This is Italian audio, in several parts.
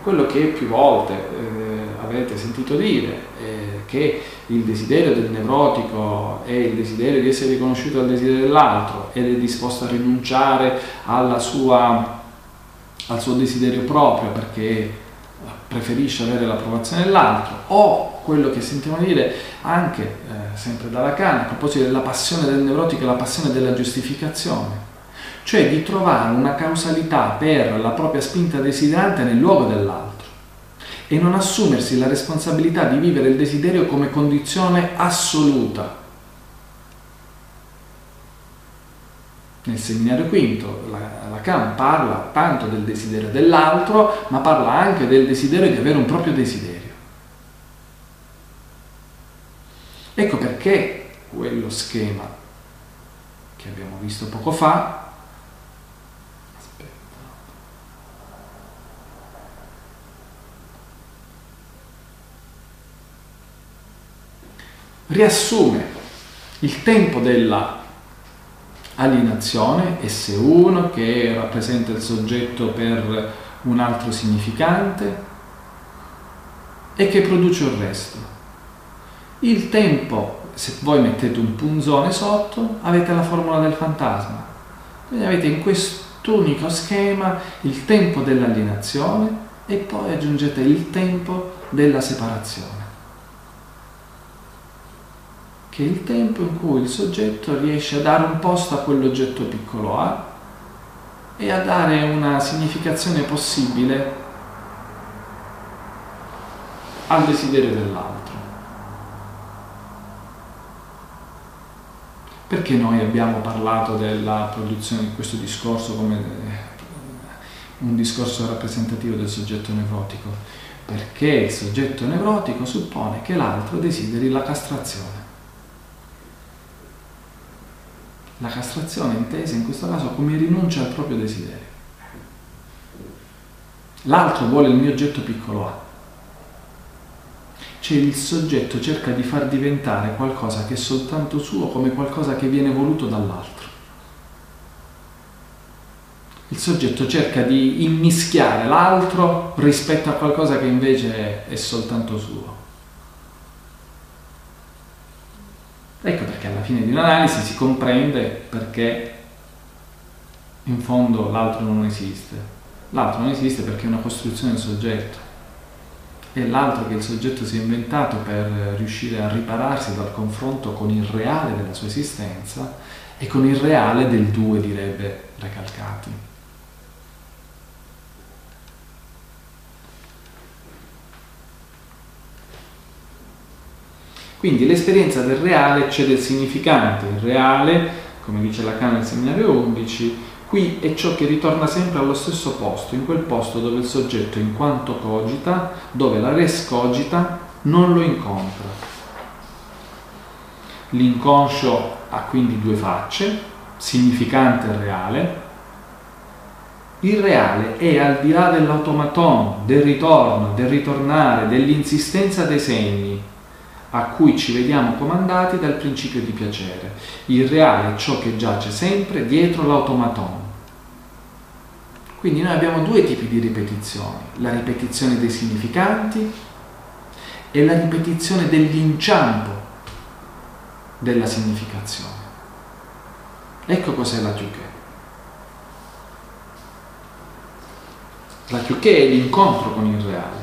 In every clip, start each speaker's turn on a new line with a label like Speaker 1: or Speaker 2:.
Speaker 1: quello che più volte avete sentito dire, che il desiderio del nevrotico è il desiderio di essere riconosciuto dal desiderio dell'altro ed è disposto a rinunciare al suo desiderio proprio perché preferisce avere l'approvazione dell'altro, o quello che sentiamo dire anche sempre da Lacan a proposito della passione del nevrotico e la passione della giustificazione, cioè di trovare una causalità per la propria spinta desiderante nel luogo dell'altro e non assumersi la responsabilità di vivere il desiderio come condizione assoluta. Nel seminario quinto Lacan parla tanto del desiderio dell'altro, ma parla anche del desiderio di avere un proprio desiderio. Ecco perché quello schema che abbiamo visto poco fa riassume il tempo della alienazione, S1, che rappresenta il soggetto per un altro significante e che produce il resto. Il tempo, se voi mettete un punzone sotto, avete la formula del fantasma. Quindi avete in quest'unico schema il tempo dell'alienazione e poi aggiungete il tempo della separazione, che è il tempo in cui il soggetto riesce a dare un posto a quell'oggetto piccolo A e a dare una significazione possibile al desiderio dell'altro. Perché noi abbiamo parlato della produzione di questo discorso come un discorso rappresentativo del soggetto nevrotico? Perché il soggetto nevrotico suppone che l'altro desideri la castrazione. La castrazione è intesa in questo caso come rinuncia al proprio desiderio. L'altro vuole il mio oggetto piccolo A. Cioè il soggetto cerca di far diventare qualcosa che è soltanto suo come qualcosa che viene voluto dall'altro. Il soggetto cerca di immischiare l'altro rispetto a qualcosa che invece è soltanto suo. Ecco perché alla fine di un'analisi si comprende perché in fondo l'altro non esiste. L'altro non esiste perché è una costruzione del soggetto. È l'altro che il soggetto si è inventato per riuscire a ripararsi dal confronto con il reale della sua esistenza e con il reale del due, direbbe Recalcati. Quindi l'esperienza del reale c'è del significante. Il reale, come dice Lacan nel seminario 11, qui è ciò che ritorna sempre allo stesso posto, in quel posto dove il soggetto in quanto cogita, dove la res cogita non lo incontra. L'inconscio ha quindi due facce, significante e reale. Il reale è al di là dell'automaton, del ritorno, del ritornare, dell'insistenza dei segni, a cui ci vediamo comandati dal principio di piacere. Il reale è ciò che giace sempre dietro l'automaton. Quindi noi abbiamo due tipi di ripetizioni: la ripetizione dei significanti e la ripetizione dell'inciampo della significazione. Ecco cos'è la Tyuke. La Tyuke è l'incontro con il reale.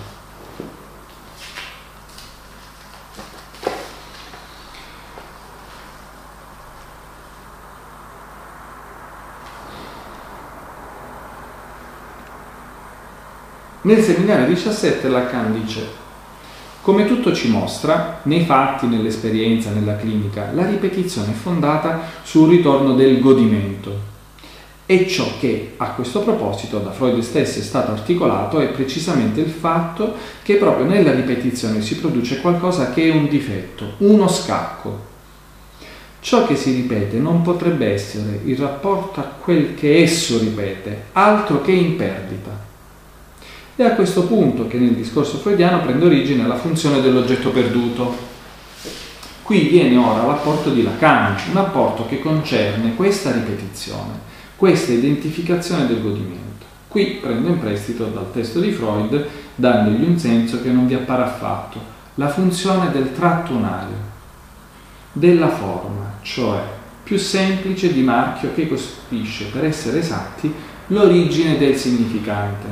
Speaker 1: Nel seminario 17 Lacan dice: come tutto ci mostra, nei fatti, nell'esperienza, nella clinica, la ripetizione è fondata sul ritorno del godimento. E ciò che, a questo proposito, da Freud stesso è stato articolato è precisamente il fatto che proprio nella ripetizione si produce qualcosa che è un difetto, uno scacco. Ciò che si ripete non potrebbe essere in rapporto a quel che esso ripete, altro che in perdita. È a questo punto che nel discorso freudiano prende origine la funzione dell'oggetto perduto. Qui viene ora l'apporto di Lacan, un apporto che concerne questa ripetizione, questa identificazione del godimento. Qui prendo in prestito dal testo di Freud, dandogli un senso che non vi appare affatto, la funzione del tratto unario, della forma, cioè più semplice di marchio che costituisce, per essere esatti, l'origine del significante.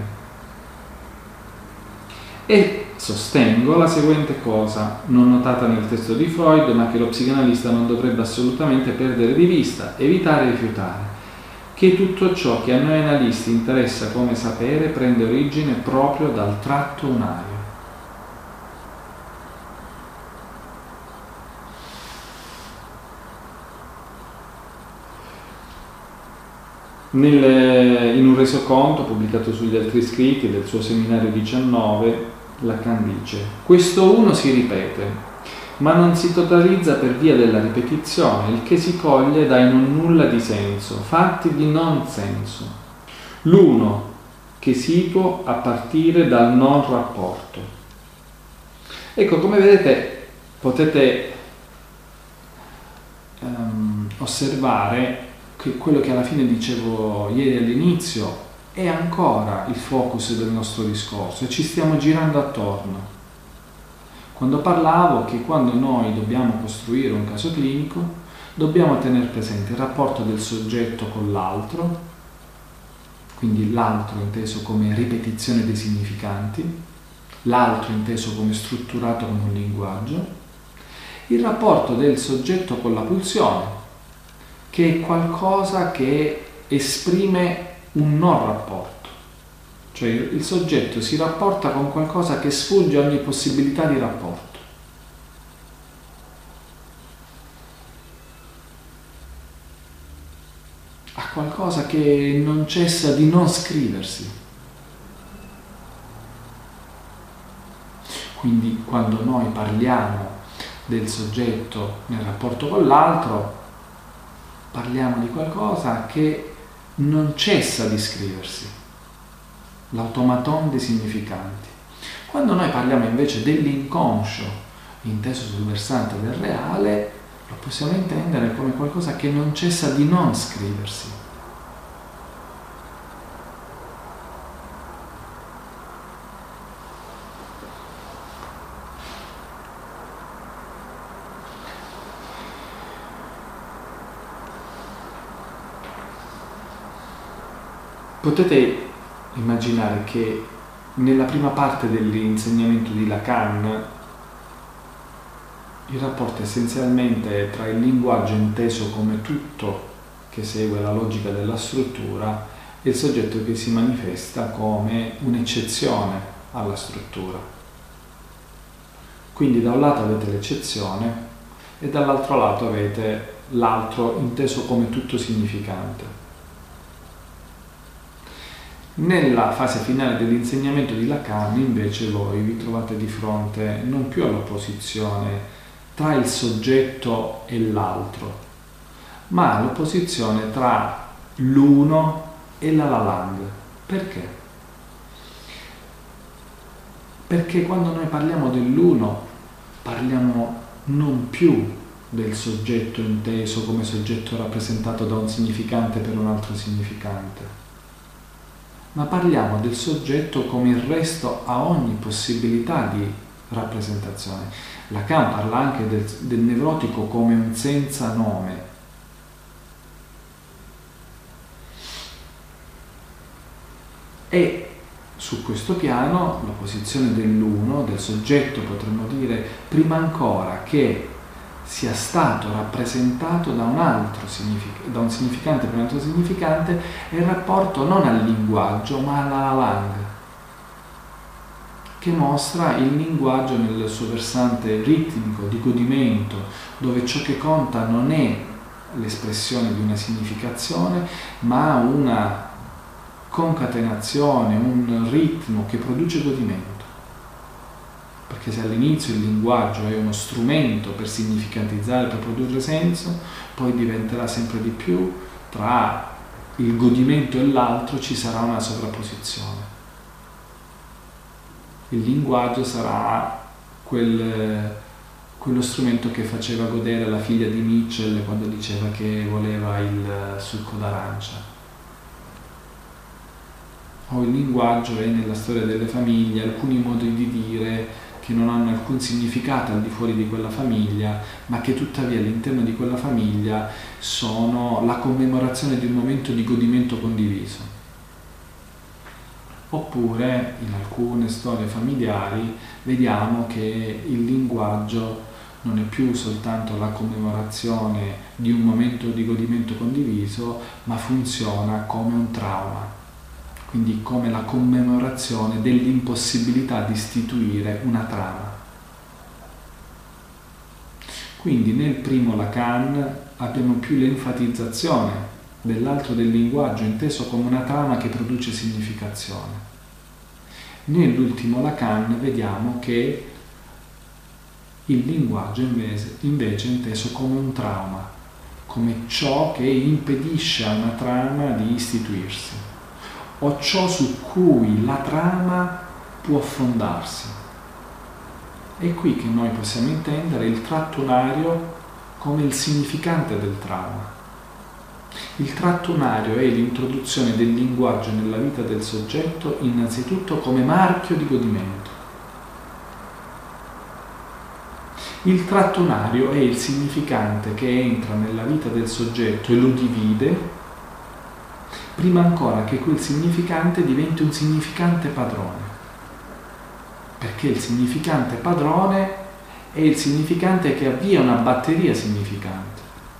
Speaker 1: E sostengo la seguente cosa, non notata nel testo di Freud, ma che lo psicanalista non dovrebbe assolutamente perdere di vista, evitare e rifiutare, che tutto ciò che a noi analisti interessa come sapere prende origine proprio dal tratto unario. In un resoconto pubblicato sugli altri scritti del suo seminario 19, Lacan dice: questo uno si ripete, ma non si totalizza per via della ripetizione, il che si coglie dai non nulla di senso, fatti di non senso. L'uno che situo a partire dal non rapporto. Ecco, come vedete, potete osservare che quello che alla fine dicevo ieri all'inizio è ancora il focus del nostro discorso e ci stiamo girando attorno. Quando parlavo che quando noi dobbiamo costruire un caso clinico dobbiamo tenere presente il rapporto del soggetto con l'altro, quindi l'altro inteso come ripetizione dei significanti, l'altro inteso come strutturato come un linguaggio, il rapporto del soggetto con la pulsione, che è qualcosa che esprime un non rapporto, cioè il soggetto si rapporta con qualcosa che sfugge ogni possibilità di rapporto. A qualcosa che non cessa di non scriversi. Quindi quando noi parliamo del soggetto nel rapporto con l'altro, parliamo di qualcosa che non cessa di scriversi, l'automaton dei significanti. Quando noi parliamo invece dell'inconscio, inteso sul versante del reale, lo possiamo intendere come qualcosa che non cessa di non scriversi. Potete immaginare che nella prima parte dell'insegnamento di Lacan il rapporto essenzialmente tra il linguaggio inteso come tutto che segue la logica della struttura e il soggetto che si manifesta come un'eccezione alla struttura. Quindi da un lato avete l'eccezione e dall'altro lato avete l'altro inteso come tutto significante. Nella fase finale dell'insegnamento di Lacan, invece, voi vi trovate di fronte non più all'opposizione tra il soggetto e l'altro, ma all'opposizione tra l'uno e la Lalang. Perché? Perché quando noi parliamo dell'uno, parliamo non più del soggetto inteso come soggetto rappresentato da un significante per un altro significante, ma parliamo del soggetto come il resto a ogni possibilità di rappresentazione. Lacan parla anche del nevrotico come un senza nome. E su questo piano la posizione dell'uno, del soggetto, potremmo dire, prima ancora che sia stato rappresentato da da un significante per un altro significante, è il rapporto non al linguaggio ma alla Lalang, che mostra il linguaggio nel suo versante ritmico, di godimento, dove ciò che conta non è l'espressione di una significazione, ma una concatenazione, un ritmo che produce godimento. Perché se all'inizio il linguaggio è uno strumento per significatizzare, per produrre senso, poi diventerà sempre di più, tra il godimento e l'altro ci sarà una sovrapposizione. Il linguaggio sarà quello strumento che faceva godere la figlia di Mitchell quando diceva che voleva il succo d'arancia. o il linguaggio è nella storia delle famiglie, alcuni modi di dire che non hanno alcun significato al di fuori di quella famiglia, ma che tuttavia all'interno di quella famiglia sono la commemorazione di un momento di godimento condiviso. Oppure in alcune storie familiari vediamo che il linguaggio non è più soltanto la commemorazione di un momento di godimento condiviso, ma funziona come un trauma. Quindi come la commemorazione dell'impossibilità di istituire una trama. Quindi nel primo Lacan abbiamo più l'enfatizzazione dell'altro del linguaggio inteso come una trama che produce significazione. Nell'ultimo Lacan vediamo che il linguaggio invece è inteso come un trauma, come ciò che impedisce a una trama di istituirsi, o ciò su cui la trama può fondarsi. È qui che noi possiamo intendere il trattunario come il significante del trauma. Il trattunario è l'introduzione del linguaggio nella vita del soggetto innanzitutto come marchio di godimento. Il trattunario è il significante che entra nella vita del soggetto e lo divide prima ancora che quel significante diventi un significante padrone, perché il significante padrone è il significante che avvia una batteria significante.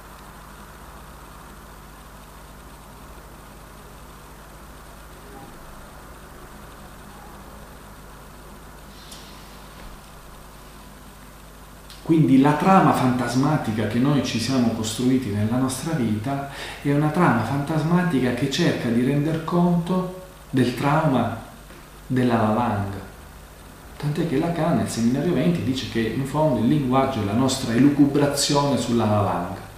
Speaker 1: Quindi la trama fantasmatica che noi ci siamo costruiti nella nostra vita è una trama fantasmatica che cerca di render conto del trauma della lavanda. Tant'è che Lacan nel seminario 20 dice che in fondo il linguaggio è la nostra elucubrazione sulla lavanda.